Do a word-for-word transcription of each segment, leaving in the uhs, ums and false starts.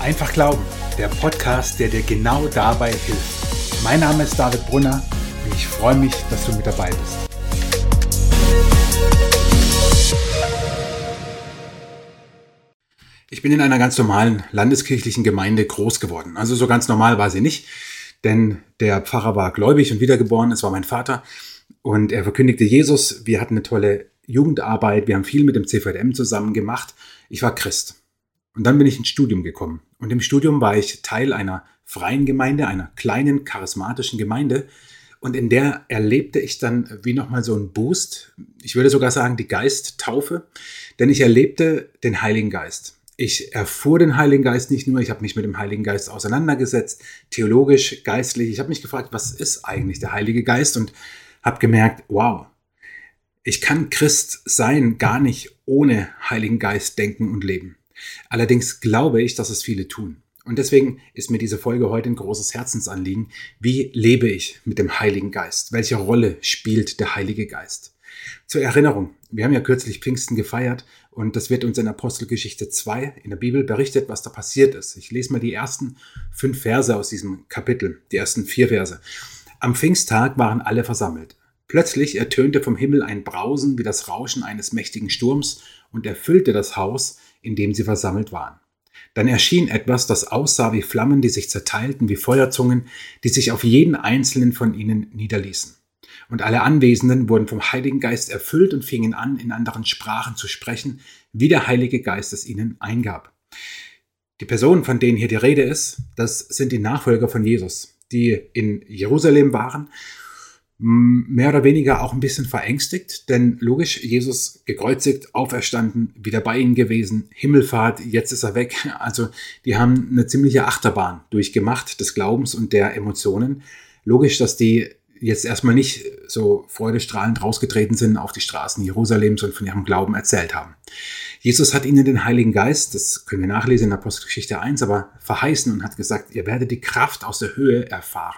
Einfach glauben, der Podcast, der dir genau dabei hilft. Mein Name ist David Brunner und ich freue mich, dass du mit dabei bist. Ich bin in einer ganz normalen landeskirchlichen Gemeinde groß geworden. Also so ganz normal war sie nicht, denn der Pfarrer war gläubig und wiedergeboren. Es war mein Vater und er verkündigte Jesus. Wir hatten eine tolle Jugendarbeit. Wir haben viel mit dem C V M zusammen gemacht. Ich war Christ. Und dann bin ich ins Studium gekommen. Und im Studium war ich Teil einer freien Gemeinde, einer kleinen charismatischen Gemeinde. Und in der erlebte ich dann wie nochmal so einen Boost. Ich würde sogar sagen, die Geisttaufe. Denn ich erlebte den Heiligen Geist. Ich erfuhr den Heiligen Geist nicht nur, ich habe mich mit dem Heiligen Geist auseinandergesetzt, theologisch, geistlich. Ich habe mich gefragt, was ist eigentlich der Heilige Geist? Und habe gemerkt, wow, ich kann Christ sein, gar nicht ohne Heiligen Geist denken und leben. Allerdings glaube ich, dass es viele tun. Und deswegen ist mir diese Folge heute ein großes Herzensanliegen. Wie lebe ich mit dem Heiligen Geist? Welche Rolle spielt der Heilige Geist? Zur Erinnerung, wir haben ja kürzlich Pfingsten gefeiert und das wird uns in Apostelgeschichte zwei in der Bibel berichtet, was da passiert ist. Ich lese mal die ersten fünf Verse aus diesem Kapitel, die ersten vier Verse. Am Pfingsttag waren alle versammelt. Plötzlich ertönte vom Himmel ein Brausen wie das Rauschen eines mächtigen Sturms und erfüllte das Haus, in dem sie versammelt waren. Dann erschien etwas, das aussah wie Flammen, die sich zerteilten wie Feuerzungen, die sich auf jeden einzelnen von ihnen niederließen. Und alle Anwesenden wurden vom Heiligen Geist erfüllt und fingen an, in anderen Sprachen zu sprechen, wie der Heilige Geist es ihnen eingab. Die Personen, von denen hier die Rede ist, das sind die Nachfolger von Jesus, die in Jerusalem waren, mehr oder weniger auch ein bisschen verängstigt, denn logisch, Jesus gekreuzigt, auferstanden, wieder bei ihnen gewesen, Himmelfahrt, jetzt ist er weg. Also die haben eine ziemliche Achterbahn durchgemacht des Glaubens und der Emotionen. Logisch, dass die jetzt erstmal nicht so freudestrahlend rausgetreten sind auf die Straßen Jerusalems und von ihrem Glauben erzählt haben. Jesus hat ihnen den Heiligen Geist, das können wir nachlesen in Apostelgeschichte eins, aber verheißen und hat gesagt, ihr werdet die Kraft aus der Höhe erfahren.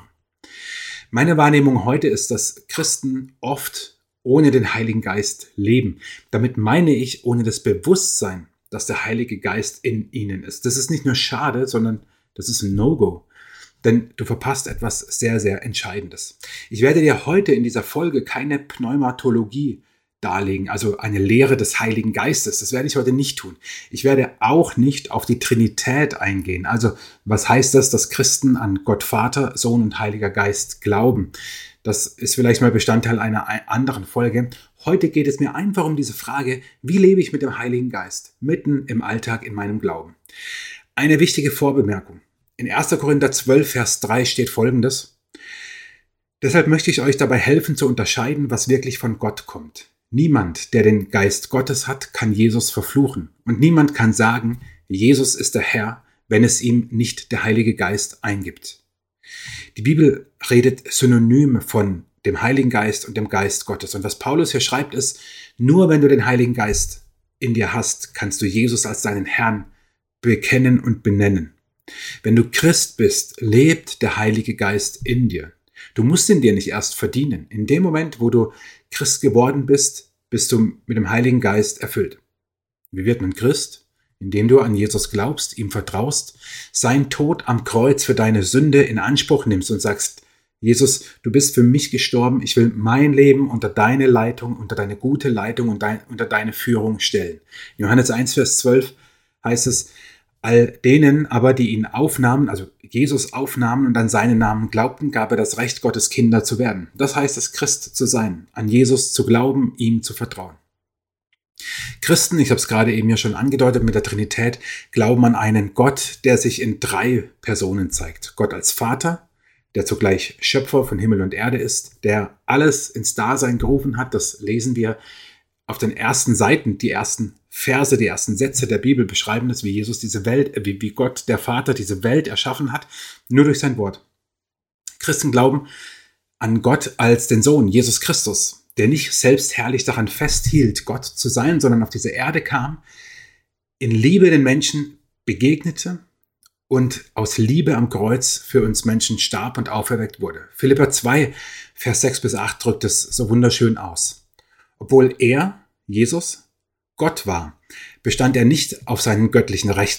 Meine Wahrnehmung heute ist, dass Christen oft ohne den Heiligen Geist leben. Damit meine ich ohne das Bewusstsein, dass der Heilige Geist in ihnen ist. Das ist nicht nur schade, sondern das ist ein No-Go. Denn du verpasst etwas sehr, sehr Entscheidendes. Ich werde dir heute in dieser Folge keine Pneumatologie darlegen, also eine Lehre des Heiligen Geistes. Das werde ich heute nicht tun. Ich werde auch nicht auf die Trinität eingehen. Also was heißt das, dass Christen an Gott Vater, Sohn und Heiliger Geist glauben? Das ist vielleicht mal Bestandteil einer anderen Folge. Heute geht es mir einfach um diese Frage, wie lebe ich mit dem Heiligen Geist mitten im Alltag in meinem Glauben? Eine wichtige Vorbemerkung. In erster Korinther zwölf, Vers drei steht Folgendes. Deshalb möchte ich euch dabei helfen zu unterscheiden, was wirklich von Gott kommt. Niemand, der den Geist Gottes hat, kann Jesus verfluchen. Und niemand kann sagen, Jesus ist der Herr, wenn es ihm nicht der Heilige Geist eingibt. Die Bibel redet synonym von dem Heiligen Geist und dem Geist Gottes. Und was Paulus hier schreibt ist, nur wenn du den Heiligen Geist in dir hast, kannst du Jesus als deinen Herrn bekennen und benennen. Wenn du Christ bist, lebt der Heilige Geist in dir. Du musst ihn dir nicht erst verdienen. In dem Moment, wo du Christ geworden bist, bist du mit dem Heiligen Geist erfüllt. Wie wird man Christ? Indem du an Jesus glaubst, ihm vertraust, sein Tod am Kreuz für deine Sünde in Anspruch nimmst und sagst, Jesus, du bist für mich gestorben, ich will mein Leben unter deine Leitung, unter deine gute Leitung und dein, unter deine Führung stellen. In Johannes eins, Vers zwölf heißt es, all denen aber, die ihn aufnahmen, also Jesus aufnahmen und an seinen Namen glaubten, gab er das Recht, Gottes Kinder zu werden. Das heißt es, Christ zu sein, an Jesus zu glauben, ihm zu vertrauen. Christen, ich habe es gerade eben ja schon angedeutet mit der Trinität, glauben an einen Gott, der sich in drei Personen zeigt. Gott als Vater, der zugleich Schöpfer von Himmel und Erde ist, der alles ins Dasein gerufen hat, das lesen wir auf den ersten Seiten, die ersten Verse, die ersten Sätze der Bibel beschreiben es, wie Jesus diese Welt, wie, wie Gott, der Vater, diese Welt erschaffen hat, nur durch sein Wort. Christen glauben an Gott als den Sohn, Jesus Christus, der nicht selbstherrlich daran festhielt, Gott zu sein, sondern auf diese Erde kam, in Liebe den Menschen begegnete und aus Liebe am Kreuz für uns Menschen starb und auferweckt wurde. Philipper zwei, Vers sechs bis acht drückt es so wunderschön aus. Obwohl er, Jesus, Gott war, bestand er nicht auf seinen göttlichen Rechten.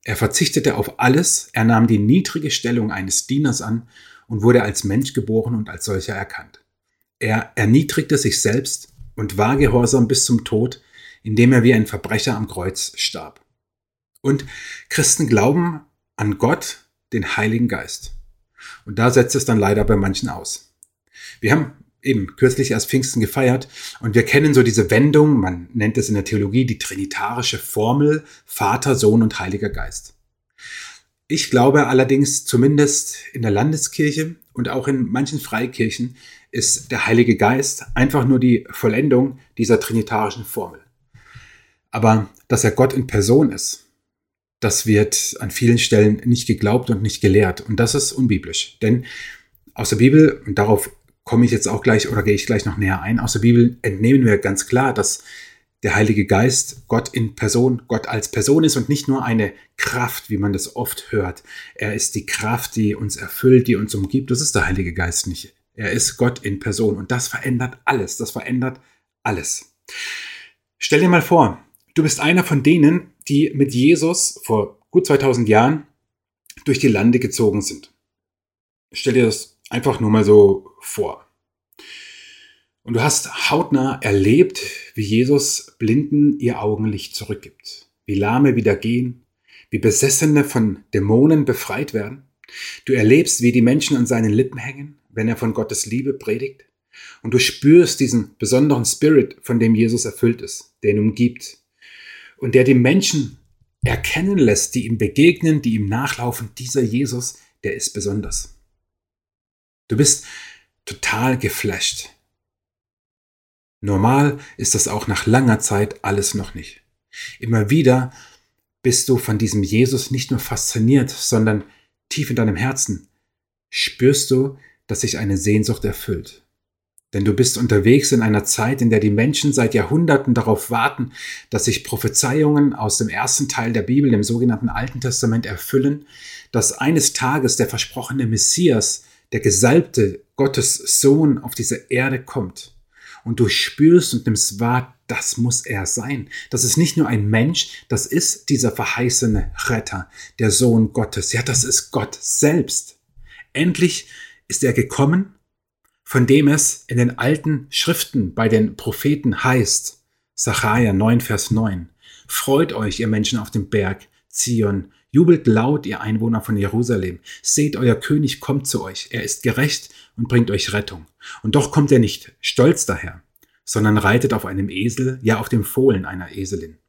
Er verzichtete auf alles, er nahm die niedrige Stellung eines Dieners an und wurde als Mensch geboren und als solcher erkannt. Er erniedrigte sich selbst und war gehorsam bis zum Tod, indem er wie ein Verbrecher am Kreuz starb. Und Christen glauben an Gott, den Heiligen Geist. Und da setzt es dann leider bei manchen aus. Wir haben eben kürzlich erst Pfingsten gefeiert und wir kennen so diese Wendung, man nennt es in der Theologie die trinitarische Formel Vater, Sohn und Heiliger Geist. Ich glaube allerdings, zumindest in der Landeskirche und auch in manchen Freikirchen, ist der Heilige Geist einfach nur die Vollendung dieser trinitarischen Formel. Aber dass er Gott in Person ist, das wird an vielen Stellen nicht geglaubt und nicht gelehrt. Und das ist unbiblisch. Denn aus der Bibel, und darauf komme ich jetzt auch gleich oder gehe ich gleich noch näher ein, aus der Bibel entnehmen wir ganz klar, dass der Heilige Geist Gott in Person, Gott als Person ist und nicht nur eine Kraft, wie man das oft hört. Er ist die Kraft, die uns erfüllt, die uns umgibt. Das ist der Heilige Geist nicht. Er ist Gott in Person und das verändert alles. Das verändert alles. Stell dir mal vor, du bist einer von denen, die mit Jesus vor gut zweitausend Jahren durch die Lande gezogen sind. Stell dir das einfach nur mal so vor. Und du hast hautnah erlebt, wie Jesus Blinden ihr Augenlicht zurückgibt, wie Lahme wieder gehen, wie Besessene von Dämonen befreit werden. Du erlebst, wie die Menschen an seinen Lippen hängen, wenn er von Gottes Liebe predigt. Und du spürst diesen besonderen Spirit, von dem Jesus erfüllt ist, der ihn umgibt. Und der die Menschen erkennen lässt, die ihm begegnen, die ihm nachlaufen. Dieser Jesus, der ist besonders. Du bist total geflasht. Normal ist das auch nach langer Zeit alles noch nicht. Immer wieder bist du von diesem Jesus nicht nur fasziniert, sondern tief in deinem Herzen spürst du, dass sich eine Sehnsucht erfüllt. Denn du bist unterwegs in einer Zeit, in der die Menschen seit Jahrhunderten darauf warten, dass sich Prophezeiungen aus dem ersten Teil der Bibel, dem sogenannten Alten Testament, erfüllen, dass eines Tages der versprochene Messias, der gesalbte Gottes Sohn auf diese Erde kommt. Und du spürst und nimmst wahr, das muss er sein. Das ist nicht nur ein Mensch, das ist dieser verheißene Retter, der Sohn Gottes. Ja, das ist Gott selbst. Endlich ist er gekommen, von dem es in den alten Schriften bei den Propheten heißt, Sacharja neun, Vers neun, freut euch, ihr Menschen auf dem Berg Zion, jubelt laut, ihr Einwohner von Jerusalem, seht, euer König kommt zu euch, er ist gerecht und bringt euch Rettung. Und doch kommt er nicht stolz daher, sondern reitet auf einem Esel, ja auf dem Fohlen einer Eselin.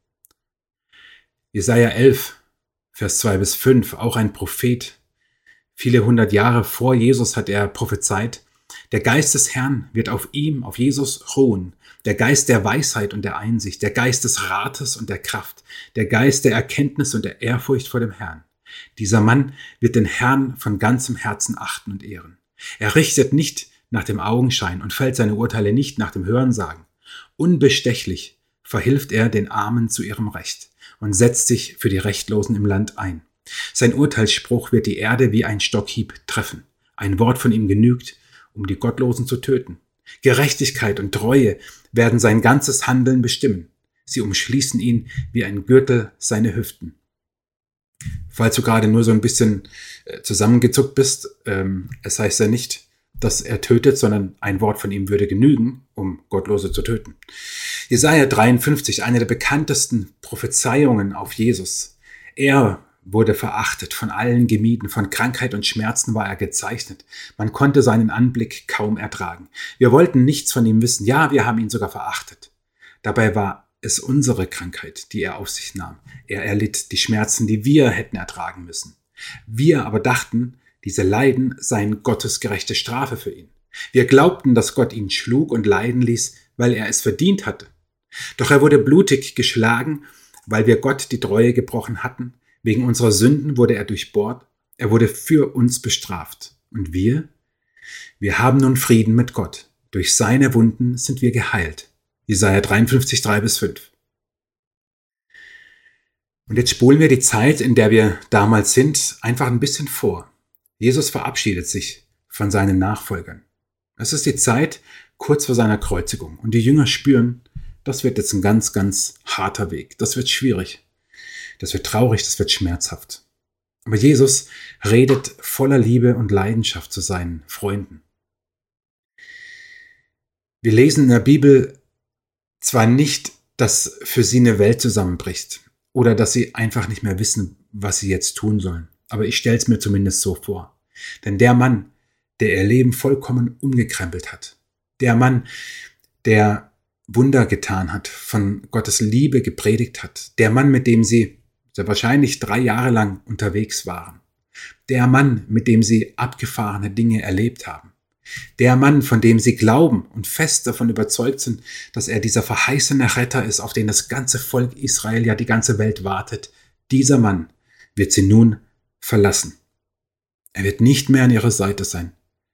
Jesaja elf, Vers zwei bis fünf, auch ein Prophet. Viele hundert Jahre vor Jesus hat er prophezeit, der Geist des Herrn wird auf ihm, auf Jesus ruhen, der Geist der Weisheit und der Einsicht, der Geist des Rates und der Kraft, der Geist der Erkenntnis und der Ehrfurcht vor dem Herrn. Dieser Mann wird den Herrn von ganzem Herzen achten und ehren. Er richtet nicht nach dem Augenschein und fällt seine Urteile nicht nach dem Hörensagen. Unbestechlich verhilft er den Armen zu ihrem Recht und setzt sich für die Rechtlosen im Land ein. Sein Urteilsspruch wird die Erde wie ein Stockhieb treffen. Ein Wort von ihm genügt, um die Gottlosen zu töten. Gerechtigkeit und Treue werden sein ganzes Handeln bestimmen. Sie umschließen ihn wie ein Gürtel seine Hüften. Falls du gerade nur so ein bisschen zusammengezuckt bist, ähm, es heißt ja nicht, dass er tötet, sondern ein Wort von ihm würde genügen, um Gottlose zu töten. Jesaja dreiundfünfzig, eine der bekanntesten Prophezeiungen auf Jesus. Er wurde verachtet, von allen gemieden, von Krankheit und Schmerzen war er gezeichnet. Man konnte seinen Anblick kaum ertragen. Wir wollten nichts von ihm wissen, ja, wir haben ihn sogar verachtet. Dabei war es unsere Krankheit, die er auf sich nahm. Er erlitt die Schmerzen, die wir hätten ertragen müssen. Wir aber dachten, diese Leiden seien Gottes gerechte Strafe für ihn. Wir glaubten, dass Gott ihn schlug und leiden ließ, weil er es verdient hatte. Doch er wurde blutig geschlagen, weil wir Gott die Treue gebrochen hatten. Wegen unserer Sünden wurde er durchbohrt, er wurde für uns bestraft. Und wir? Wir haben nun Frieden mit Gott. Durch seine Wunden sind wir geheilt. Jesaja dreiundfünfzig, drei bis fünf. Und jetzt spulen wir die Zeit, in der wir damals sind, einfach ein bisschen vor. Jesus verabschiedet sich von seinen Nachfolgern. Es ist die Zeit kurz vor seiner Kreuzigung. Und die Jünger spüren, das wird jetzt ein ganz, ganz harter Weg. Das wird schwierig. Das wird traurig, das wird schmerzhaft. Aber Jesus redet voller Liebe und Leidenschaft zu seinen Freunden. Wir lesen in der Bibel zwar nicht, dass für sie eine Welt zusammenbricht oder dass sie einfach nicht mehr wissen, was sie jetzt tun sollen. Aber ich stelle es mir zumindest so vor. Denn der Mann, der ihr Leben vollkommen umgekrempelt hat, der Mann, der Wunder getan hat, von Gottes Liebe gepredigt hat, der Mann, mit dem sie sehr wahrscheinlich drei Jahre lang unterwegs waren, der Mann, mit dem sie abgefahrene Dinge erlebt haben, der Mann, von dem sie glauben und fest davon überzeugt sind, dass er dieser verheißene Retter ist, auf den das ganze Volk Israel, ja die ganze Welt wartet, dieser Mann wird sie nun verlassen. Er wird nicht mehr an ihrer Seite sein.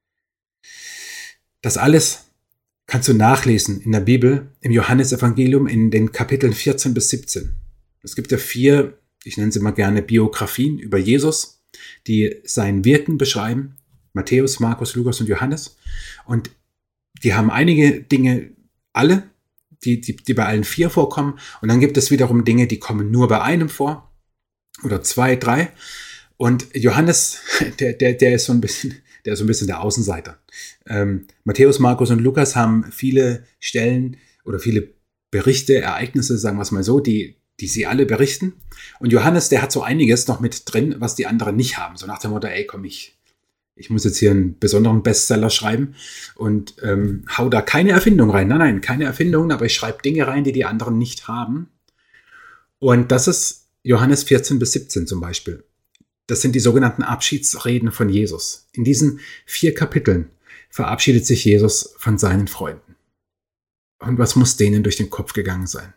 Das alles kannst du nachlesen in der Bibel, im Johannesevangelium in den Kapiteln vierzehn bis siebzehn. Es gibt ja vier, ich nenne sie mal gerne Biografien über Jesus, die sein Wirken beschreiben. Matthäus, Markus, Lukas und Johannes. Und die haben einige Dinge, alle, die, die, die bei allen vier vorkommen. Und dann gibt es wiederum Dinge, die kommen nur bei einem vor. Oder zwei, drei. Und Johannes, der, der, der ist so ein bisschen, der ist so ein bisschen der Außenseiter. Ähm, Matthäus, Markus und Lukas haben viele Stellen oder viele Berichte, Ereignisse, sagen wir es mal so, die, die sie alle berichten. Und Johannes, der hat so einiges noch mit drin, was die anderen nicht haben. So nach dem Motto, ey, komm, ich, ich muss jetzt hier einen besonderen Bestseller schreiben und ähm, hau da keine Erfindung rein. Nein, nein, keine Erfindung, aber ich schreibe Dinge rein, die die anderen nicht haben. Und das ist Johannes vierzehn bis siebzehn zum Beispiel. Das sind die sogenannten Abschiedsreden von Jesus. In diesen vier Kapiteln verabschiedet sich Jesus von seinen Freunden. Und was muss denen durch den Kopf gegangen sein?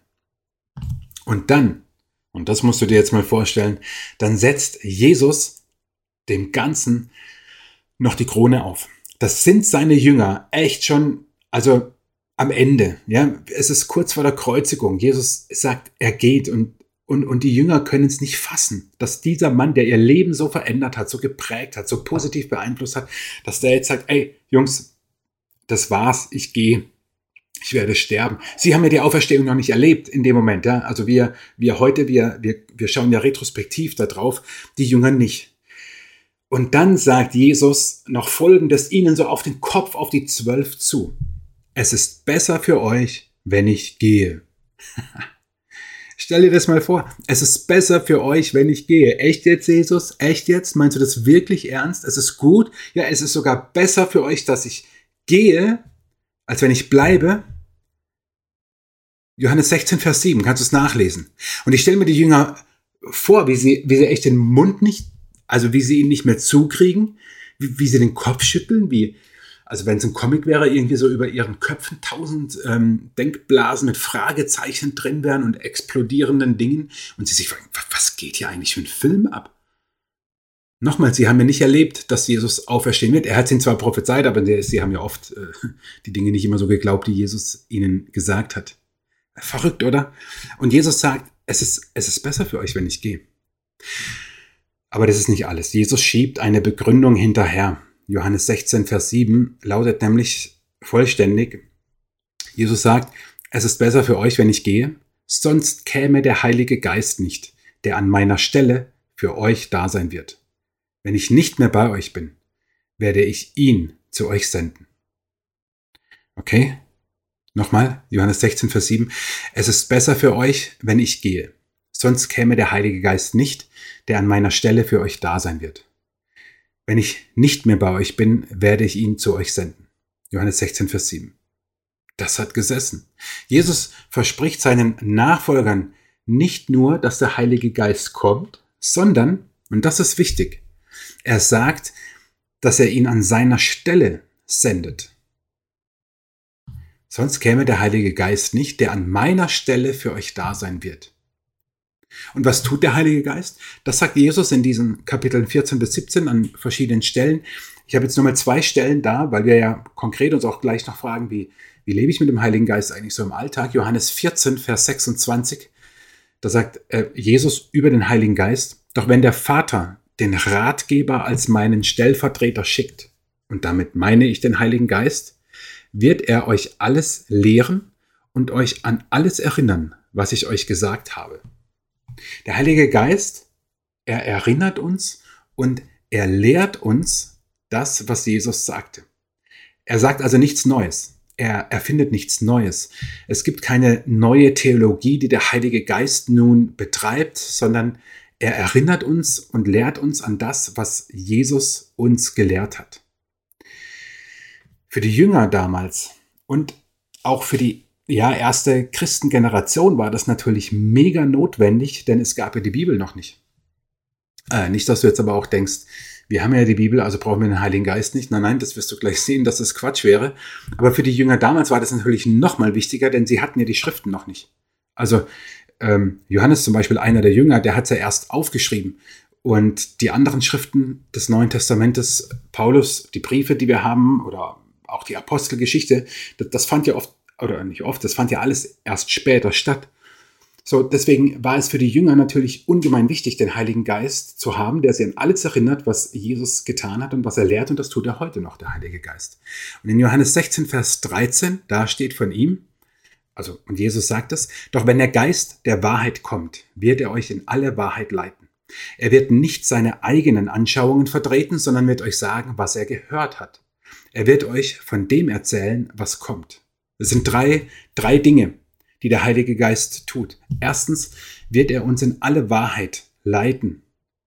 Und dann, und das musst du dir jetzt mal vorstellen, dann setzt Jesus dem Ganzen noch die Krone auf. Das sind seine Jünger echt schon, also am Ende. Ja, es ist kurz vor der Kreuzigung. Jesus sagt, er geht und Und, und die Jünger können es nicht fassen, dass dieser Mann, der ihr Leben so verändert hat, so geprägt hat, so positiv beeinflusst hat, dass der jetzt sagt, ey, Jungs, das war's, ich gehe, ich werde sterben. Sie haben ja die Auferstehung noch nicht erlebt in dem Moment. Ja? Also wir, wir heute, wir, wir, wir schauen ja retrospektiv da drauf, die Jünger nicht. Und dann sagt Jesus noch Folgendes ihnen so auf den Kopf, auf die Zwölf zu. Es ist besser für euch, wenn ich gehe. Stell dir das mal vor. Es ist besser für euch, wenn ich gehe. Echt jetzt, Jesus? Echt jetzt? Meinst du das wirklich ernst? Es ist gut? Ja, es ist sogar besser für euch, dass ich gehe, als wenn ich bleibe. Johannes sechzehn, Vers sieben, kannst du es nachlesen. Und ich stelle mir die Jünger vor, wie sie, wie sie echt den Mund nicht, also wie sie ihn nicht mehr zukriegen, wie, wie sie den Kopf schütteln, wie, also wenn es ein Comic wäre, irgendwie so über ihren Köpfen tausend ähm, Denkblasen mit Fragezeichen drin wären und explodierenden Dingen und sie sich fragen, was geht hier eigentlich für ein Film ab? Nochmal, sie haben ja nicht erlebt, dass Jesus auferstehen wird. Er hat es ihnen zwar prophezeit, aber sie, sie haben ja oft äh, die Dinge nicht immer so geglaubt, die Jesus ihnen gesagt hat. Verrückt, oder? Und Jesus sagt, es ist, es ist besser für euch, wenn ich gehe. Aber das ist nicht alles. Jesus schiebt eine Begründung hinterher. Johannes sechzehn, Vers sieben lautet nämlich vollständig. Jesus sagt, es ist besser für euch, wenn ich gehe, sonst käme der Heilige Geist nicht, der an meiner Stelle für euch da sein wird. Wenn ich nicht mehr bei euch bin, werde ich ihn zu euch senden. Okay? Nochmal, Johannes sechzehn, Vers sieben. Es ist besser für euch, wenn ich gehe, sonst käme der Heilige Geist nicht, der an meiner Stelle für euch da sein wird. Wenn ich nicht mehr bei euch bin, werde ich ihn zu euch senden. Johannes sechzehn, Vers sieben. Das hat gesessen. Jesus verspricht seinen Nachfolgern nicht nur, dass der Heilige Geist kommt, sondern, und das ist wichtig, er sagt, dass er ihn an seiner Stelle sendet. Sonst käme der Heilige Geist nicht, der an meiner Stelle für euch da sein wird. Und was tut der Heilige Geist? Das sagt Jesus in diesen Kapiteln vierzehn bis siebzehn an verschiedenen Stellen. Ich habe jetzt nochmal zwei Stellen da, weil wir ja konkret uns auch gleich noch fragen, wie, wie lebe ich mit dem Heiligen Geist eigentlich so im Alltag? Johannes vierzehn, Vers sechsundzwanzig, da sagt äh, Jesus über den Heiligen Geist, doch wenn der Vater den Ratgeber als meinen Stellvertreter schickt, und damit meine ich den Heiligen Geist, wird er euch alles lehren und euch an alles erinnern, was ich euch gesagt habe. Der Heilige Geist, er erinnert uns und er lehrt uns das, was Jesus sagte. Er sagt also nichts Neues. Er erfindet nichts Neues. Es gibt keine neue Theologie, die der Heilige Geist nun betreibt, sondern er erinnert uns und lehrt uns an das, was Jesus uns gelehrt hat. Für die Jünger damals und auch für die ja, erste Christengeneration war das natürlich mega notwendig, denn es gab ja die Bibel noch nicht. Äh, nicht, dass du jetzt aber auch denkst, wir haben ja die Bibel, also brauchen wir den Heiligen Geist nicht. Nein, nein, das wirst du gleich sehen, dass das Quatsch wäre. Aber für die Jünger damals war das natürlich noch mal wichtiger, denn sie hatten ja die Schriften noch nicht. Also ähm, Johannes zum Beispiel, einer der Jünger, der hat es ja erst aufgeschrieben. Und die anderen Schriften des Neuen Testamentes, Paulus, die Briefe, die wir haben, oder auch die Apostelgeschichte, das, das fand ja oft, oder nicht oft, das fand ja alles erst später statt. So, deswegen war es für die Jünger natürlich ungemein wichtig, den Heiligen Geist zu haben, der sie an alles erinnert, was Jesus getan hat und was er lehrt. Und das tut er heute noch, der Heilige Geist. Und in Johannes sechzehn, Vers dreizehn, da steht von ihm, also, und Jesus sagt es, doch wenn der Geist der Wahrheit kommt, wird er euch in alle Wahrheit leiten. Er wird nicht seine eigenen Anschauungen vertreten, sondern wird euch sagen, was er gehört hat. Er wird euch von dem erzählen, was kommt. Es sind drei, drei Dinge, die der Heilige Geist tut. Erstens wird er uns in alle Wahrheit leiten.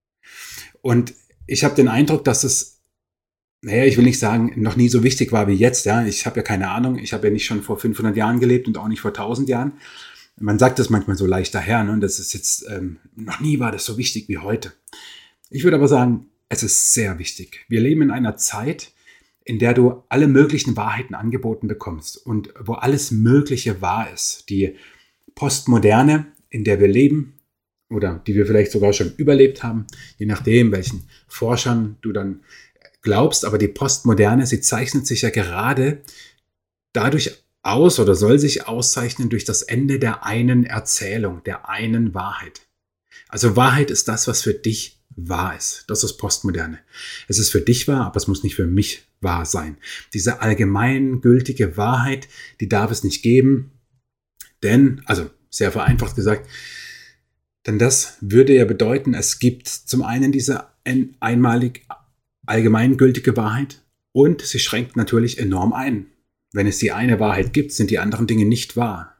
Und ich habe den Eindruck, dass es, naja, ich will nicht sagen, noch nie so wichtig war wie jetzt. Ja, ich habe ja keine Ahnung, ich habe ja nicht schon vor fünfhundert Jahren gelebt und auch nicht vor tausend Jahren. Man sagt das manchmal so leicht daher, ne? Und das ist jetzt, ähm, noch nie war das so wichtig wie heute. Ich würde aber sagen, es ist sehr wichtig. Wir leben in einer Zeit, in der du alle möglichen Wahrheiten angeboten bekommst und wo alles Mögliche wahr ist. Die Postmoderne, in der wir leben oder die wir vielleicht sogar schon überlebt haben, je nachdem, welchen Forschern du dann glaubst, aber die Postmoderne, sie zeichnet sich ja gerade dadurch aus oder soll sich auszeichnen durch das Ende der einen Erzählung, der einen Wahrheit. Also Wahrheit ist das, was für dich wahr ist. Das ist Postmoderne. Es ist für dich wahr, aber es muss nicht für mich wahr sein. Diese allgemein gültige Wahrheit, die darf es nicht geben, denn, also sehr vereinfacht gesagt, denn das würde ja bedeuten, es gibt zum einen diese ein, einmalig allgemeingültige Wahrheit und sie schränkt natürlich enorm ein. Wenn es die eine Wahrheit gibt, sind die anderen Dinge nicht wahr.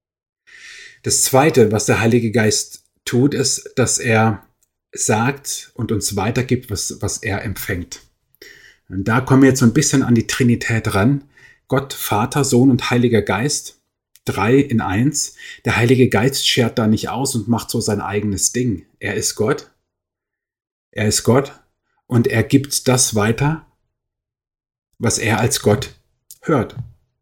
Das Zweite, was der Heilige Geist tut, ist, dass er sagt und uns weitergibt, was, was er empfängt. Und da kommen wir jetzt so ein bisschen an die Trinität ran. Gott, Vater, Sohn und Heiliger Geist, drei in eins. Der Heilige Geist schert da nicht aus und macht so sein eigenes Ding. Er ist Gott. Er ist Gott und er gibt das weiter, was er als Gott hört.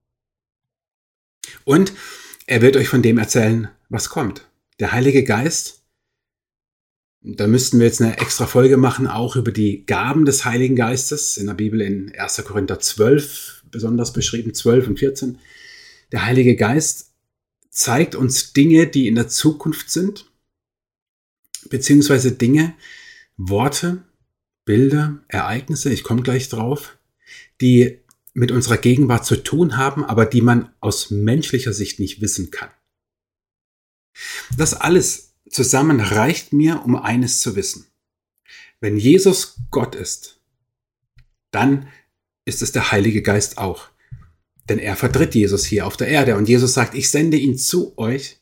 Und er wird euch von dem erzählen, was kommt. Der Heilige Geist, da müssten wir jetzt eine extra Folge machen, auch über die Gaben des Heiligen Geistes. In der Bibel in erster Korinther zwölf besonders beschrieben, zwölf und vierzehn. Der Heilige Geist zeigt uns Dinge, die in der Zukunft sind, beziehungsweise Dinge, Worte, Bilder, Ereignisse, ich komme gleich drauf, die mit unserer Gegenwart zu tun haben, aber die man aus menschlicher Sicht nicht wissen kann. Das alles zusammen reicht mir, um eines zu wissen. Wenn Jesus Gott ist, dann ist es der Heilige Geist auch. Denn er vertritt Jesus hier auf der Erde. Und Jesus sagt, ich sende ihn zu euch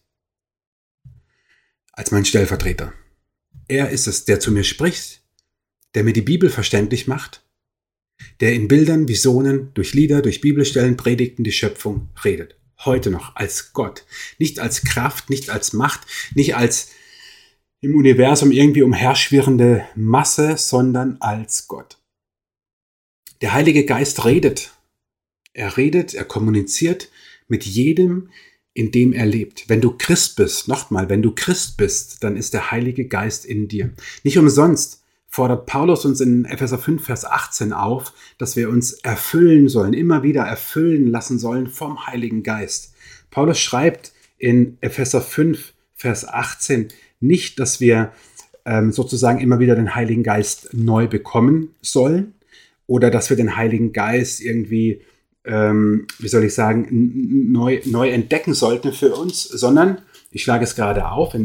als mein Stellvertreter. Er ist es, der zu mir spricht, der mir die Bibel verständlich macht, der in Bildern, Visionen, durch Lieder, durch Bibelstellen, Predigten die Schöpfung redet. Heute noch als Gott. Nicht als Kraft, nicht als Macht, nicht als im Universum irgendwie umherschwirrende Masse, sondern als Gott. Der Heilige Geist redet. Er redet, er kommuniziert mit jedem, in dem er lebt. Wenn du Christ bist, nochmal, wenn du Christ bist, dann ist der Heilige Geist in dir. Nicht umsonst fordert Paulus uns in Epheser fünf, Vers achtzehn auf, dass wir uns erfüllen sollen, immer wieder erfüllen lassen sollen vom Heiligen Geist. Paulus schreibt in Epheser fünf, Vers achtzehn, nicht, dass wir ähm, sozusagen immer wieder den Heiligen Geist neu bekommen sollen oder dass wir den Heiligen Geist irgendwie, ähm, wie soll ich sagen, neu, neu entdecken sollten für uns, sondern, ich schlage es gerade auf, in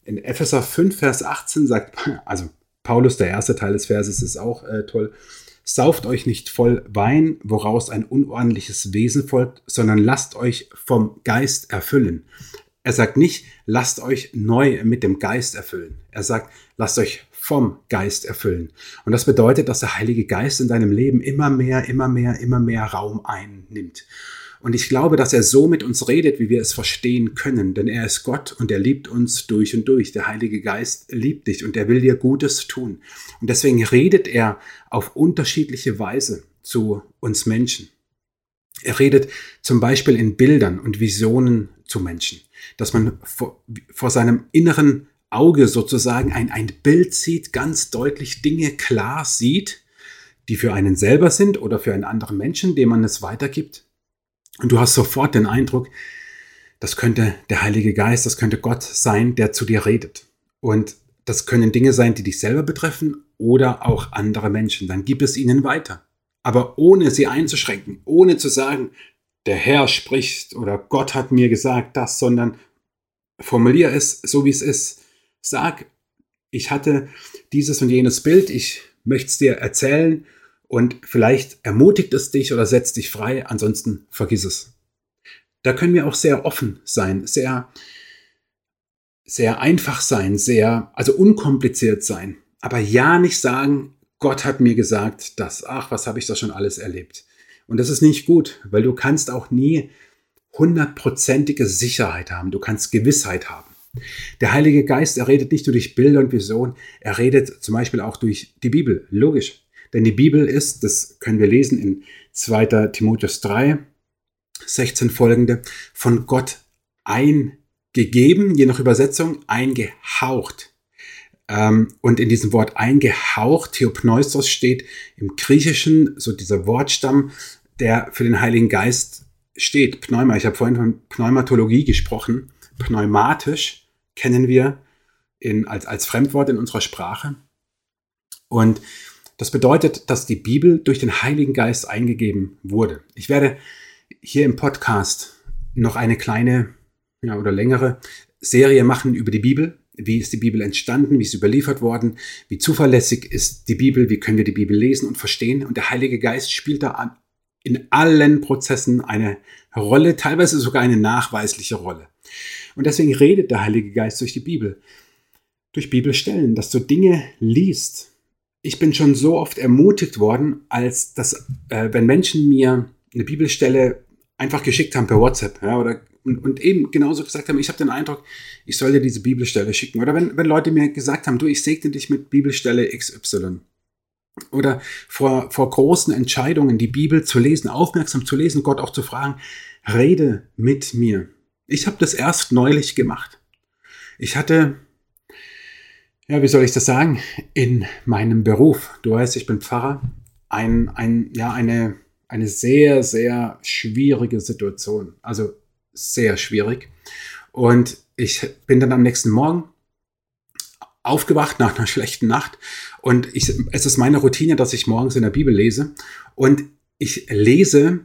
In Epheser fünf, Vers achtzehn sagt, also Paulus, der erste Teil des Verses ist auch äh, toll, sauft euch nicht voll Wein, woraus ein unordentliches Wesen folgt, sondern lasst euch vom Geist erfüllen. Er sagt nicht, lasst euch neu mit dem Geist erfüllen. Er sagt, lasst euch vom Geist erfüllen. Und das bedeutet, dass der Heilige Geist in deinem Leben immer mehr, immer mehr, immer mehr Raum einnimmt. Und ich glaube, dass er so mit uns redet, wie wir es verstehen können. Denn er ist Gott und er liebt uns durch und durch. Der Heilige Geist liebt dich und er will dir Gutes tun. Und deswegen redet er auf unterschiedliche Weise zu uns Menschen. Er redet zum Beispiel in Bildern und Visionen zu Menschen. Dass man vor, vor seinem inneren Auge sozusagen ein, ein Bild sieht, ganz deutlich Dinge klar sieht, die für einen selber sind oder für einen anderen Menschen, dem man es weitergibt. Und du hast sofort den Eindruck, das könnte der Heilige Geist, das könnte Gott sein, der zu dir redet. Und das können Dinge sein, die dich selber betreffen oder auch andere Menschen. Dann gib es ihnen weiter. Aber ohne sie einzuschränken, ohne zu sagen, der Herr spricht oder Gott hat mir gesagt das, sondern formulier es so, wie es ist. Sag, ich hatte dieses und jenes Bild, ich möchte es dir erzählen und vielleicht ermutigt es dich oder setzt dich frei, ansonsten vergiss es. Da können wir auch sehr offen sein, sehr, sehr einfach sein, sehr, also unkompliziert sein. Aber ja nicht sagen, Gott hat mir gesagt, dass, ach, was habe ich da schon alles erlebt. Und das ist nicht gut, weil du kannst auch nie hundertprozentige Sicherheit haben. Du kannst Gewissheit haben. Der Heilige Geist, er redet nicht nur durch Bilder und Visionen, er redet zum Beispiel auch durch die Bibel. Logisch. Denn die Bibel ist, das können wir lesen in zweiter Timotheus drei, sechzehn folgende, von Gott eingegeben, je nach Übersetzung, eingehaucht. Und in diesem Wort eingehaucht, Theopneustos, steht im Griechischen so dieser Wortstamm, der für den Heiligen Geist steht. Pneuma, ich habe vorhin von Pneumatologie gesprochen. Pneumatisch kennen wir in, als, als Fremdwort in unserer Sprache. Und das bedeutet, dass die Bibel durch den Heiligen Geist eingegeben wurde. Ich werde hier im Podcast noch eine kleine ja, oder längere Serie machen über die Bibel. Wie ist die Bibel entstanden? Wie ist sie überliefert worden? Wie zuverlässig ist die Bibel? Wie können wir die Bibel lesen und verstehen? Und der Heilige Geist spielt da in allen Prozessen eine Rolle, teilweise sogar eine nachweisliche Rolle. Und deswegen redet der Heilige Geist durch die Bibel, durch Bibelstellen, dass du Dinge liest. Ich bin schon so oft ermutigt worden, als dass, äh, wenn Menschen mir eine Bibelstelle einfach geschickt haben per WhatsApp, ja, oder und, und eben genauso gesagt haben, ich habe den Eindruck, ich soll dir diese Bibelstelle schicken. Oder wenn, wenn Leute mir gesagt haben, du, ich segne dich mit Bibelstelle X Y. Oder vor, vor großen Entscheidungen die Bibel zu lesen, aufmerksam zu lesen, Gott auch zu fragen, rede mit mir. Ich habe das erst neulich gemacht. Ich hatte, ja, wie soll ich das sagen, in meinem Beruf, du weißt, ich bin Pfarrer, ein, ein, ja, eine, eine sehr, sehr schwierige Situation. Also sehr schwierig. Und ich bin dann am nächsten Morgen aufgewacht nach einer schlechten Nacht und ich, es ist meine Routine, dass ich morgens in der Bibel lese und ich lese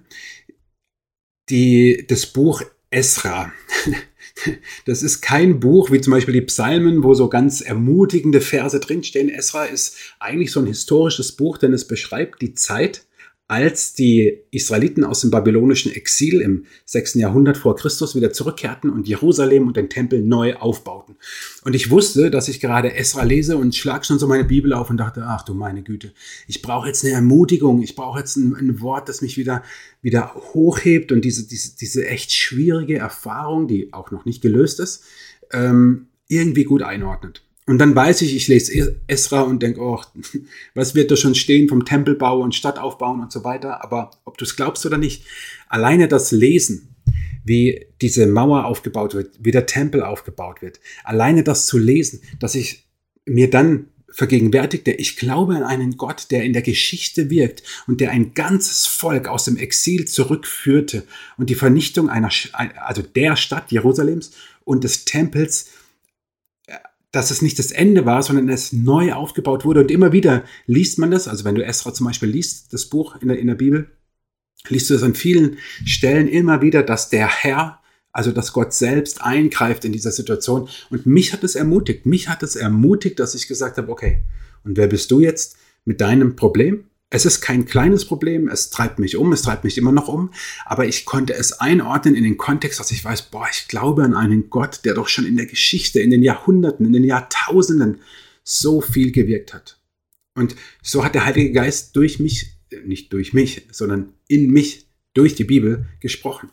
die, das Buch Esra. Das ist kein Buch wie zum Beispiel die Psalmen, wo so ganz ermutigende Verse drinstehen. Esra ist eigentlich so ein historisches Buch, denn es beschreibt die Zeit, als die Israeliten aus dem babylonischen Exil im sechsten Jahrhundert vor Christus wieder zurückkehrten und Jerusalem und den Tempel neu aufbauten. Und ich wusste, dass ich gerade Esra lese und schlag schon so meine Bibel auf und dachte, ach du meine Güte, ich brauche jetzt eine Ermutigung, ich brauche jetzt ein, ein Wort, das mich wieder, wieder hochhebt und diese, diese, diese echt schwierige Erfahrung, die auch noch nicht gelöst ist, ähm, irgendwie gut einordnet. Und dann weiß ich, ich lese Esra und denke, oh, was wird da schon stehen vom Tempelbau und Stadtaufbauen und so weiter. Aber ob du es glaubst oder nicht, alleine das Lesen, wie diese Mauer aufgebaut wird, wie der Tempel aufgebaut wird, alleine das zu lesen, dass ich mir dann vergegenwärtigte, ich glaube an einen Gott, der in der Geschichte wirkt und der ein ganzes Volk aus dem Exil zurückführte und die Vernichtung einer, also der Stadt Jerusalems und des Tempels, dass es nicht das Ende war, sondern es neu aufgebaut wurde. Und immer wieder liest man das, also wenn du Esra zum Beispiel liest, das Buch in der, in der Bibel, liest du es an vielen Stellen immer wieder, dass der Herr Also, dass Gott selbst eingreift in dieser Situation. Und mich hat es ermutigt. Mich hat es ermutigt, dass ich gesagt habe, okay, und wer bist du jetzt mit deinem Problem? Es ist kein kleines Problem, es treibt mich um, es treibt mich immer noch um, aber ich konnte es einordnen in den Kontext, dass ich weiß, boah, ich glaube an einen Gott, der doch schon in der Geschichte, in den Jahrhunderten, in den Jahrtausenden so viel gewirkt hat. Und so hat der Heilige Geist durch mich, nicht durch mich, sondern in mich, durch die Bibel gesprochen.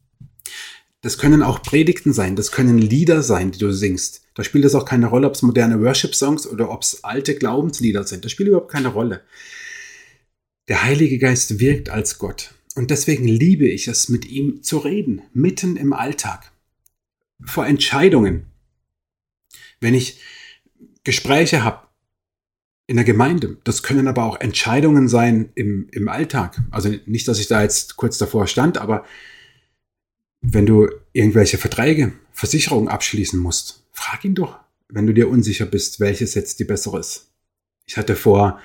Das können auch Predigten sein, das können Lieder sein, die du singst. Da spielt es auch keine Rolle, ob es moderne Worship-Songs oder ob es alte Glaubenslieder sind. Das spielt überhaupt keine Rolle. Der Heilige Geist wirkt als Gott. Und deswegen liebe ich es, mit ihm zu reden, mitten im Alltag. Vor Entscheidungen. Wenn ich Gespräche habe in der Gemeinde, das können aber auch Entscheidungen sein im, im Alltag. Also nicht, dass ich da jetzt kurz davor stand, aber wenn du irgendwelche Verträge, Versicherungen abschließen musst, frag ihn doch, wenn du dir unsicher bist, welches jetzt die bessere ist. Ich hatte vor,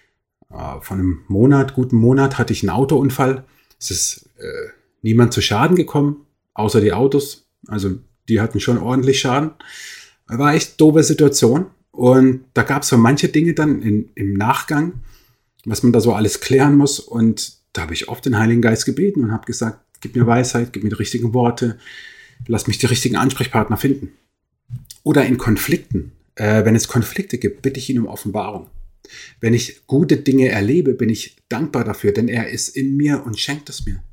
äh, vor einem Monat, guten Monat, hatte ich einen Autounfall. Es ist äh, niemand zu Schaden gekommen, außer die Autos. Also die hatten schon ordentlich Schaden. War echt doofe Situation. Und da gab es so manche Dinge dann in, im Nachgang, was man da so alles klären muss. Und da habe ich oft den Heiligen Geist gebeten und habe gesagt, gib mir Weisheit, gib mir die richtigen Worte, lass mich die richtigen Ansprechpartner finden. Oder in Konflikten. Äh, wenn es Konflikte gibt, bitte ich ihn um Offenbarung. Wenn ich gute Dinge erlebe, bin ich dankbar dafür, denn er ist in mir und schenkt es mir.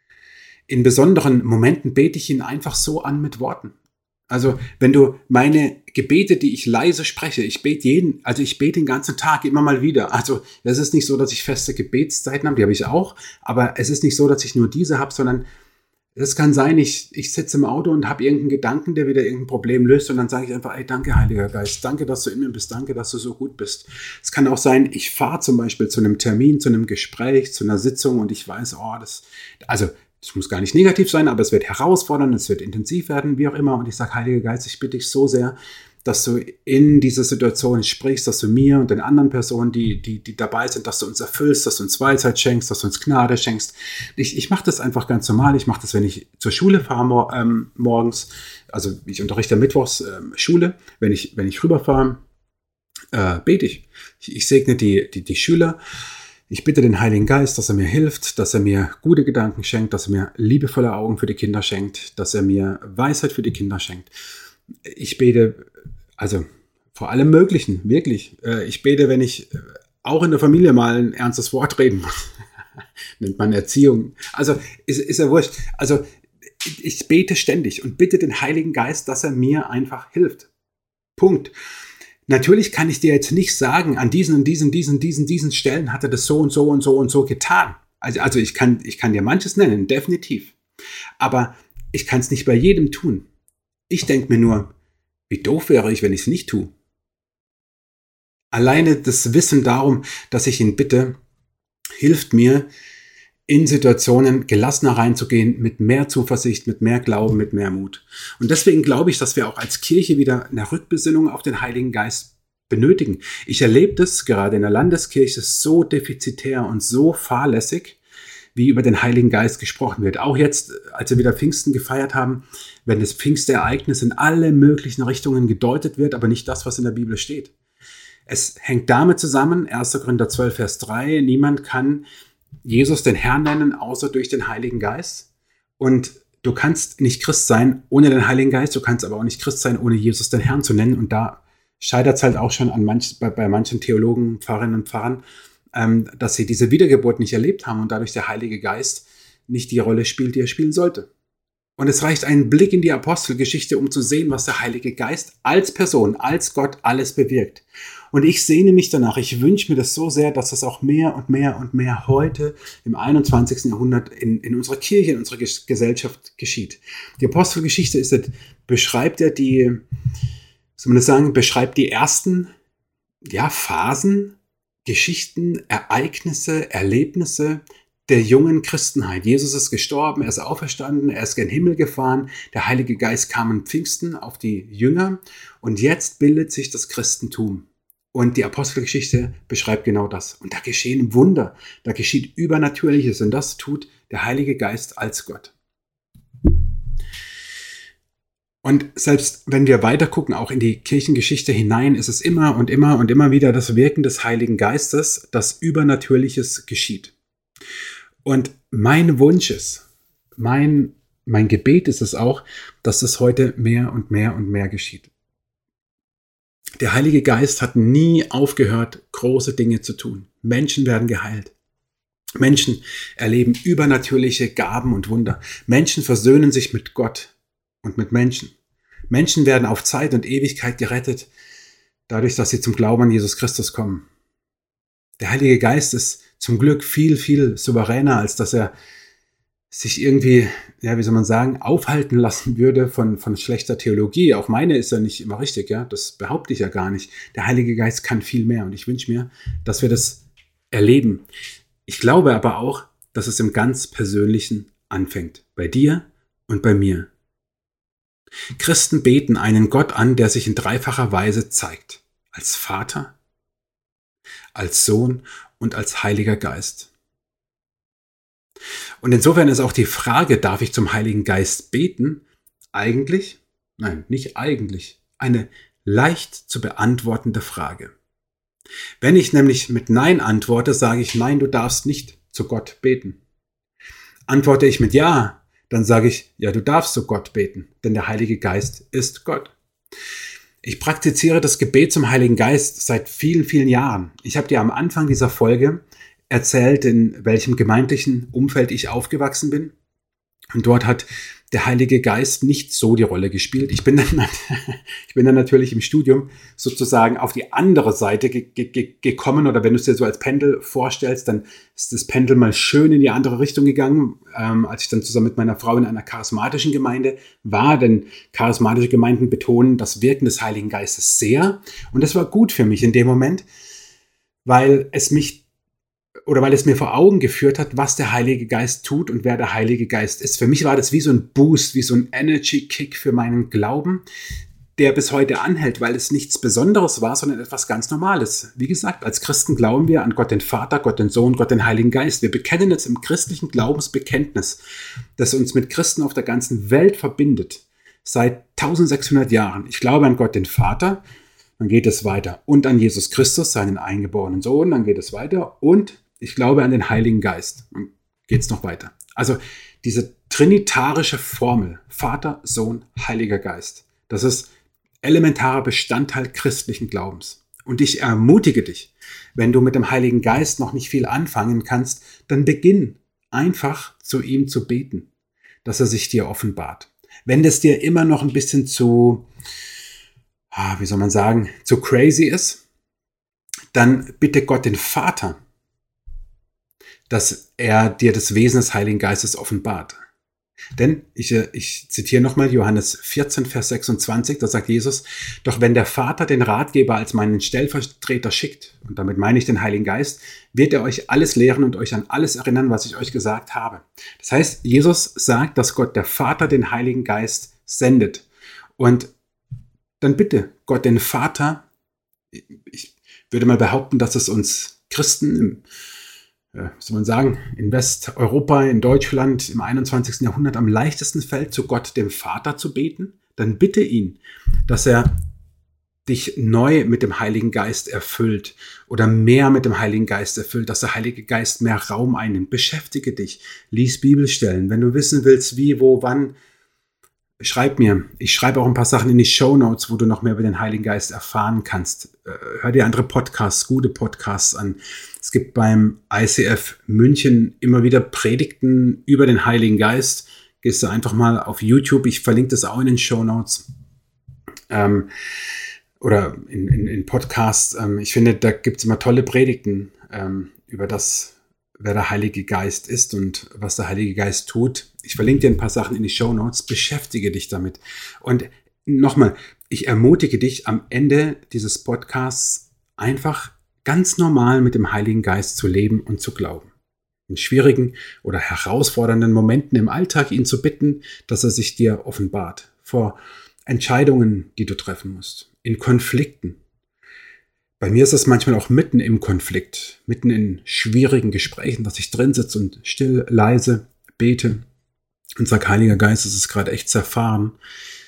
In besonderen Momenten bete ich ihn einfach so an mit Worten. Also wenn du meine Gebete, die ich leise spreche, ich bete jeden, also ich bete den ganzen Tag immer mal wieder. Also es ist nicht so, dass ich feste Gebetszeiten habe, die habe ich auch, aber es ist nicht so, dass ich nur diese habe, sondern es kann sein, ich, ich sitze im Auto und habe irgendeinen Gedanken, der wieder irgendein Problem löst und dann sage ich einfach, ey, danke Heiliger Geist, danke, dass du in mir bist, danke, dass du so gut bist. Es kann auch sein, ich fahre zum Beispiel zu einem Termin, zu einem Gespräch, zu einer Sitzung und ich weiß, oh, das, also es muss gar nicht negativ sein, aber es wird herausfordern, es wird intensiv werden, wie auch immer. Und ich sage, Heiliger Geist, ich bitte dich so sehr, dass du in dieser Situation sprichst, dass du mir und den anderen Personen, die, die, die dabei sind, dass du uns erfüllst, dass du uns Weisheit schenkst, dass du uns Gnade schenkst. Ich, ich mache das einfach ganz normal. Ich mache das, wenn ich zur Schule fahre mor- ähm, morgens. Also ich unterrichte mittwochs ähm, Schule. Wenn ich, wenn ich rüberfahre, äh, bete ich. ich. Ich segne die, die, die Schüler. Ich bitte den Heiligen Geist, dass er mir hilft, dass er mir gute Gedanken schenkt, dass er mir liebevolle Augen für die Kinder schenkt, dass er mir Weisheit für die Kinder schenkt. Ich bete, also vor allem Möglichen, wirklich. Ich bete, wenn ich auch in der Familie mal ein ernstes Wort reden muss. Nennt man Erziehung. Also ist, ist ja wurscht. Also ich bete ständig und bitte den Heiligen Geist, dass er mir einfach hilft. Punkt. Natürlich kann ich dir jetzt nicht sagen, an diesen und diesen, diesen, diesen, diesen Stellen hat er das so und so und so und so getan. Also, also ich kann, ich kann dir manches nennen, definitiv. Aber ich kann es nicht bei jedem tun. Ich denke mir nur, wie doof wäre ich, wenn ich es nicht tue. Alleine das Wissen darum, dass ich ihn bitte, hilft mir, in Situationen gelassener reinzugehen, mit mehr Zuversicht, mit mehr Glauben, mit mehr Mut. Und deswegen glaube ich, dass wir auch als Kirche wieder eine Rückbesinnung auf den Heiligen Geist benötigen. Ich erlebe das gerade in der Landeskirche so defizitär und so fahrlässig, wie über den Heiligen Geist gesprochen wird. Auch jetzt, als wir wieder Pfingsten gefeiert haben, wenn das Pfingstereignis in alle möglichen Richtungen gedeutet wird, aber nicht das, was in der Bibel steht. Es hängt damit zusammen, erster Korinther zwölf, Vers drei, niemand kann Jesus den Herrn nennen, außer durch den Heiligen Geist. Und du kannst nicht Christ sein ohne den Heiligen Geist, du kannst aber auch nicht Christ sein, ohne Jesus den Herrn zu nennen. Und da scheitert es halt auch schon an manch, bei, bei manchen Theologen, Pfarrerinnen und Pfarrern, ähm, dass sie diese Wiedergeburt nicht erlebt haben und dadurch der Heilige Geist nicht die Rolle spielt, die er spielen sollte. Und es reicht ein Blick in die Apostelgeschichte, um zu sehen, was der Heilige Geist als Person, als Gott alles bewirkt. Und ich sehne mich danach, ich wünsche mir das so sehr, dass das auch mehr und mehr und mehr heute im einundzwanzigsten Jahrhundert in, in unserer Kirche, in unserer Gesellschaft geschieht. Die Apostelgeschichte ist, beschreibt ja die, soll man das sagen, beschreibt die ersten ja, Phasen, Geschichten, Ereignisse, Erlebnisse der jungen Christenheit. Jesus ist gestorben, er ist auferstanden, er ist gen Himmel gefahren, der Heilige Geist kam am Pfingsten auf die Jünger und jetzt bildet sich das Christentum. Und die Apostelgeschichte beschreibt genau das. Und da geschehen Wunder, da geschieht Übernatürliches und das tut der Heilige Geist als Gott. Und selbst wenn wir weiter gucken, auch in die Kirchengeschichte hinein, ist es immer und immer und immer wieder das Wirken des Heiligen Geistes, das Übernatürliches geschieht. Und mein Wunsch ist, mein, mein Gebet ist es auch, dass es heute mehr und mehr und mehr geschieht. Der Heilige Geist hat nie aufgehört, große Dinge zu tun. Menschen werden geheilt. Menschen erleben übernatürliche Gaben und Wunder. Menschen versöhnen sich mit Gott und mit Menschen. Menschen werden auf Zeit und Ewigkeit gerettet, dadurch, dass sie zum Glauben an Jesus Christus kommen. Der Heilige Geist ist zum Glück viel, viel souveräner, als dass er sich irgendwie, ja, wie soll man sagen, aufhalten lassen würde von, von schlechter Theologie. Auch meine ist ja nicht immer richtig, ja, das behaupte ich ja gar nicht. Der Heilige Geist kann viel mehr und ich wünsche mir, dass wir das erleben. Ich glaube aber auch, dass es im ganz Persönlichen anfängt. Bei dir und bei mir. Christen beten einen Gott an, der sich in dreifacher Weise zeigt. Als Vater, als Sohn und als Heiliger Geist. Und insofern ist auch die Frage, darf ich zum Heiligen Geist beten, eigentlich, nein, nicht eigentlich, eine leicht zu beantwortende Frage. Wenn ich nämlich mit Nein antworte, sage ich, nein, du darfst nicht zu Gott beten. Antworte ich mit Ja, dann sage ich, ja, du darfst zu Gott beten, denn der Heilige Geist ist Gott. Ich praktiziere das Gebet zum Heiligen Geist seit vielen, vielen Jahren. Ich habe dir am Anfang dieser Folge erzählt, in welchem gemeindlichen Umfeld ich aufgewachsen bin. Und dort hat der Heilige Geist nicht so die Rolle gespielt. Ich bin dann, ich bin dann natürlich im Studium sozusagen auf die andere Seite ge- ge- gekommen. Oder wenn du es dir so als Pendel vorstellst, dann ist das Pendel mal schön in die andere Richtung gegangen, ähm, als ich dann zusammen mit meiner Frau in einer charismatischen Gemeinde war. Denn charismatische Gemeinden betonen das Wirken des Heiligen Geistes sehr. Und das war gut für mich in dem Moment, weil es mich oder weil es mir vor Augen geführt hat, was der Heilige Geist tut und wer der Heilige Geist ist. Für mich war das wie so ein Boost, wie so ein Energy-Kick für meinen Glauben, der bis heute anhält, weil es nichts Besonderes war, sondern etwas ganz Normales. Wie gesagt, als Christen glauben wir an Gott den Vater, Gott den Sohn, Gott den Heiligen Geist. Wir bekennen jetzt im christlichen Glaubensbekenntnis, das uns mit Christen auf der ganzen Welt verbindet, seit eintausendsechshundert Jahren. Ich glaube an Gott den Vater, dann geht es weiter. Und an Jesus Christus, seinen eingeborenen Sohn, dann geht es weiter. Und ich glaube an den Heiligen Geist. Dann geht es noch weiter. Also diese trinitarische Formel, Vater, Sohn, Heiliger Geist, das ist elementarer Bestandteil christlichen Glaubens. Und ich ermutige dich, wenn du mit dem Heiligen Geist noch nicht viel anfangen kannst, dann beginn einfach zu ihm zu beten, dass er sich dir offenbart. Wenn das dir immer noch ein bisschen zu, wie soll man sagen, zu crazy ist, dann bitte Gott den Vater, dass er dir das Wesen des Heiligen Geistes offenbart. Denn, ich, ich zitiere nochmal Johannes vierzehn, Vers sechsundzwanzig, da sagt Jesus, doch wenn der Vater den Ratgeber als meinen Stellvertreter schickt, und damit meine ich den Heiligen Geist, wird er euch alles lehren und euch an alles erinnern, was ich euch gesagt habe. Das heißt, Jesus sagt, dass Gott der Vater den Heiligen Geist sendet. Und dann bitte Gott den Vater, ich würde mal behaupten, dass es uns Christen im Ja, was soll man sagen, in Westeuropa, in Deutschland im einundzwanzigsten Jahrhundert am leichtesten fällt, zu Gott dem Vater zu beten, dann bitte ihn, dass er dich neu mit dem Heiligen Geist erfüllt oder mehr mit dem Heiligen Geist erfüllt, dass der Heilige Geist mehr Raum einnimmt. Beschäftige dich, lies Bibelstellen. Wenn du wissen willst, wie, wo, wann, schreib mir. Ich schreibe auch ein paar Sachen in die Shownotes, wo du noch mehr über den Heiligen Geist erfahren kannst. Hör dir andere Podcasts, gute Podcasts an. Es gibt beim I C F München immer wieder Predigten über den Heiligen Geist. Gehst du einfach mal auf YouTube. Ich verlinke das auch in den Shownotes. Ähm, oder in, in, in Podcasts. Ähm, ich finde, da gibt es immer tolle Predigten ähm, über das, wer der Heilige Geist ist und was der Heilige Geist tut. Ich verlinke dir ein paar Sachen in die Shownotes. Beschäftige dich damit. Und nochmal, ich ermutige dich am Ende dieses Podcasts einfach ganz normal mit dem Heiligen Geist zu leben und zu glauben. In schwierigen oder herausfordernden Momenten im Alltag ihn zu bitten, dass er sich dir offenbart. Vor Entscheidungen, die du treffen musst. In Konflikten. Bei mir ist es manchmal auch mitten im Konflikt, mitten in schwierigen Gesprächen, dass ich drin sitze und still, leise bete und sage, Heiliger Geist, es ist gerade echt zerfahren.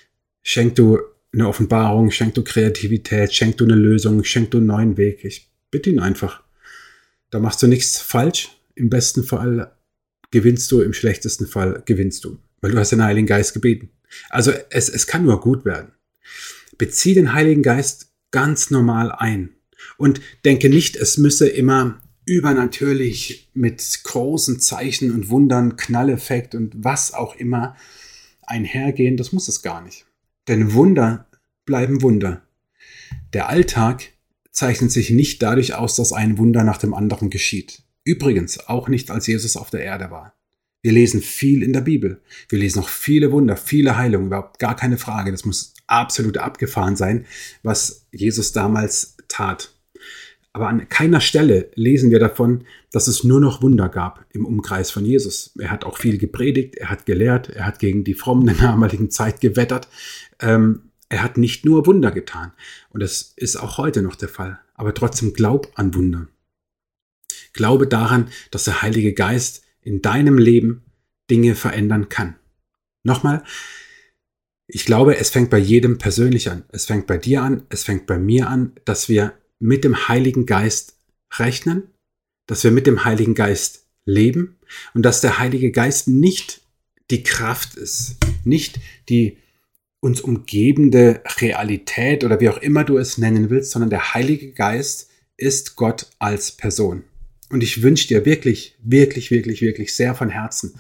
schenk du eine Offenbarung, schenk du Kreativität, schenk du eine Lösung, schenk du einen neuen Weg. Ich bitte ihn einfach. Da machst du nichts falsch. Im besten Fall gewinnst du, im schlechtesten Fall gewinnst du, weil du hast den Heiligen Geist gebeten. Also es, es kann nur gut werden. Bezieh den Heiligen Geist ganz normal ein und denke nicht, es müsse immer übernatürlich mit großen Zeichen und Wundern, Knalleffekt und was auch immer einhergehen. Das muss es gar nicht. Denn Wunder bleiben Wunder. Der Alltag zeichnet sich nicht dadurch aus, dass ein Wunder nach dem anderen geschieht. Übrigens auch nicht, als Jesus auf der Erde war. Wir lesen viel in der Bibel. Wir lesen auch viele Wunder, viele Heilungen, überhaupt gar keine Frage. Das muss absolut abgefahren sein, was Jesus damals tat. Aber an keiner Stelle lesen wir davon, dass es nur noch Wunder gab im Umkreis von Jesus. Er hat auch viel gepredigt, er hat gelehrt, er hat gegen die Frommen der damaligen Zeit gewettert. Ähm, er hat nicht nur Wunder getan. Und das ist auch heute noch der Fall. Aber trotzdem glaub an Wunder. Glaube daran, dass der Heilige Geist in deinem Leben Dinge verändern kann. Nochmal, ich glaube, es fängt bei jedem persönlich an. Es fängt bei dir an, es fängt bei mir an, dass wir mit dem Heiligen Geist rechnen, dass wir mit dem Heiligen Geist leben und dass der Heilige Geist nicht die Kraft ist, nicht die uns umgebende Realität oder wie auch immer du es nennen willst, sondern der Heilige Geist ist Gott als Person. Und ich wünsche dir wirklich, wirklich, wirklich, wirklich sehr von Herzen,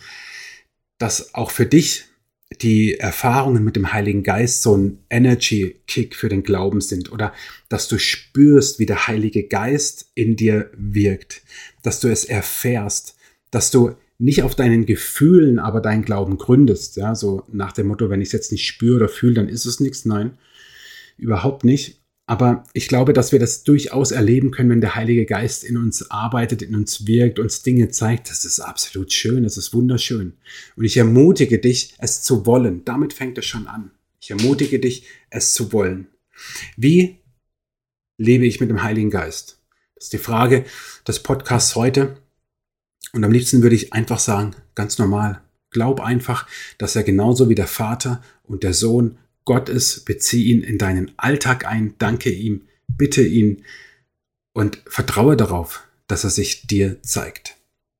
dass auch für dich die Erfahrungen mit dem Heiligen Geist so ein Energy-Kick für den Glauben sind oder dass du spürst, wie der Heilige Geist in dir wirkt, dass du es erfährst, dass du nicht auf deinen Gefühlen aber deinen Glauben gründest, ja, so nach dem Motto, wenn ich es jetzt nicht spüre oder fühle, dann ist es nichts. Nein, überhaupt nicht. Aber ich glaube, dass wir das durchaus erleben können, wenn der Heilige Geist in uns arbeitet, in uns wirkt, uns Dinge zeigt. Das ist absolut schön, das ist wunderschön. Und ich ermutige dich, es zu wollen. Damit fängt es schon an. Ich ermutige dich, es zu wollen. Wie lebe ich mit dem Heiligen Geist? Das ist die Frage des Podcasts heute. Und am liebsten würde ich einfach sagen, ganz normal, glaub einfach, dass er genauso wie der Vater und der Sohn Gott ist, bezieh ihn in deinen Alltag ein, danke ihm, bitte ihn und vertraue darauf, dass er sich dir zeigt.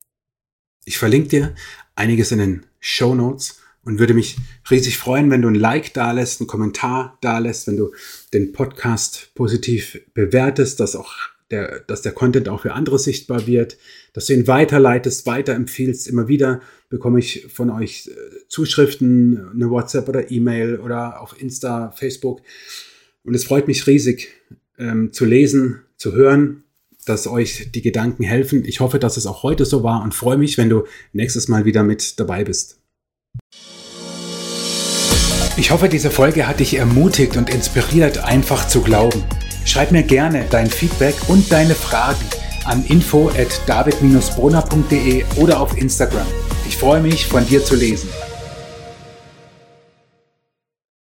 Ich verlinke dir einiges in den Shownotes und würde mich riesig freuen, wenn du ein Like dalässt, einen Kommentar dalässt, wenn du den Podcast positiv bewertest, dass auch der, dass der Content auch für andere sichtbar wird, dass du ihn weiterleitest, weiterempfiehlst. Immer wieder bekomme ich von euch Zuschriften, eine WhatsApp oder E-Mail oder auf Insta, Facebook. Und es freut mich riesig ähm, zu lesen, zu hören, dass euch die Gedanken helfen. Ich hoffe, dass es auch heute so war und freue mich, wenn du nächstes Mal wieder mit dabei bist. Ich hoffe, diese Folge hat dich ermutigt und inspiriert, einfach zu glauben. Schreib mir gerne dein Feedback und deine Fragen an info at david dash brunner punkt de oder auf Instagram. Ich freue mich, von dir zu lesen.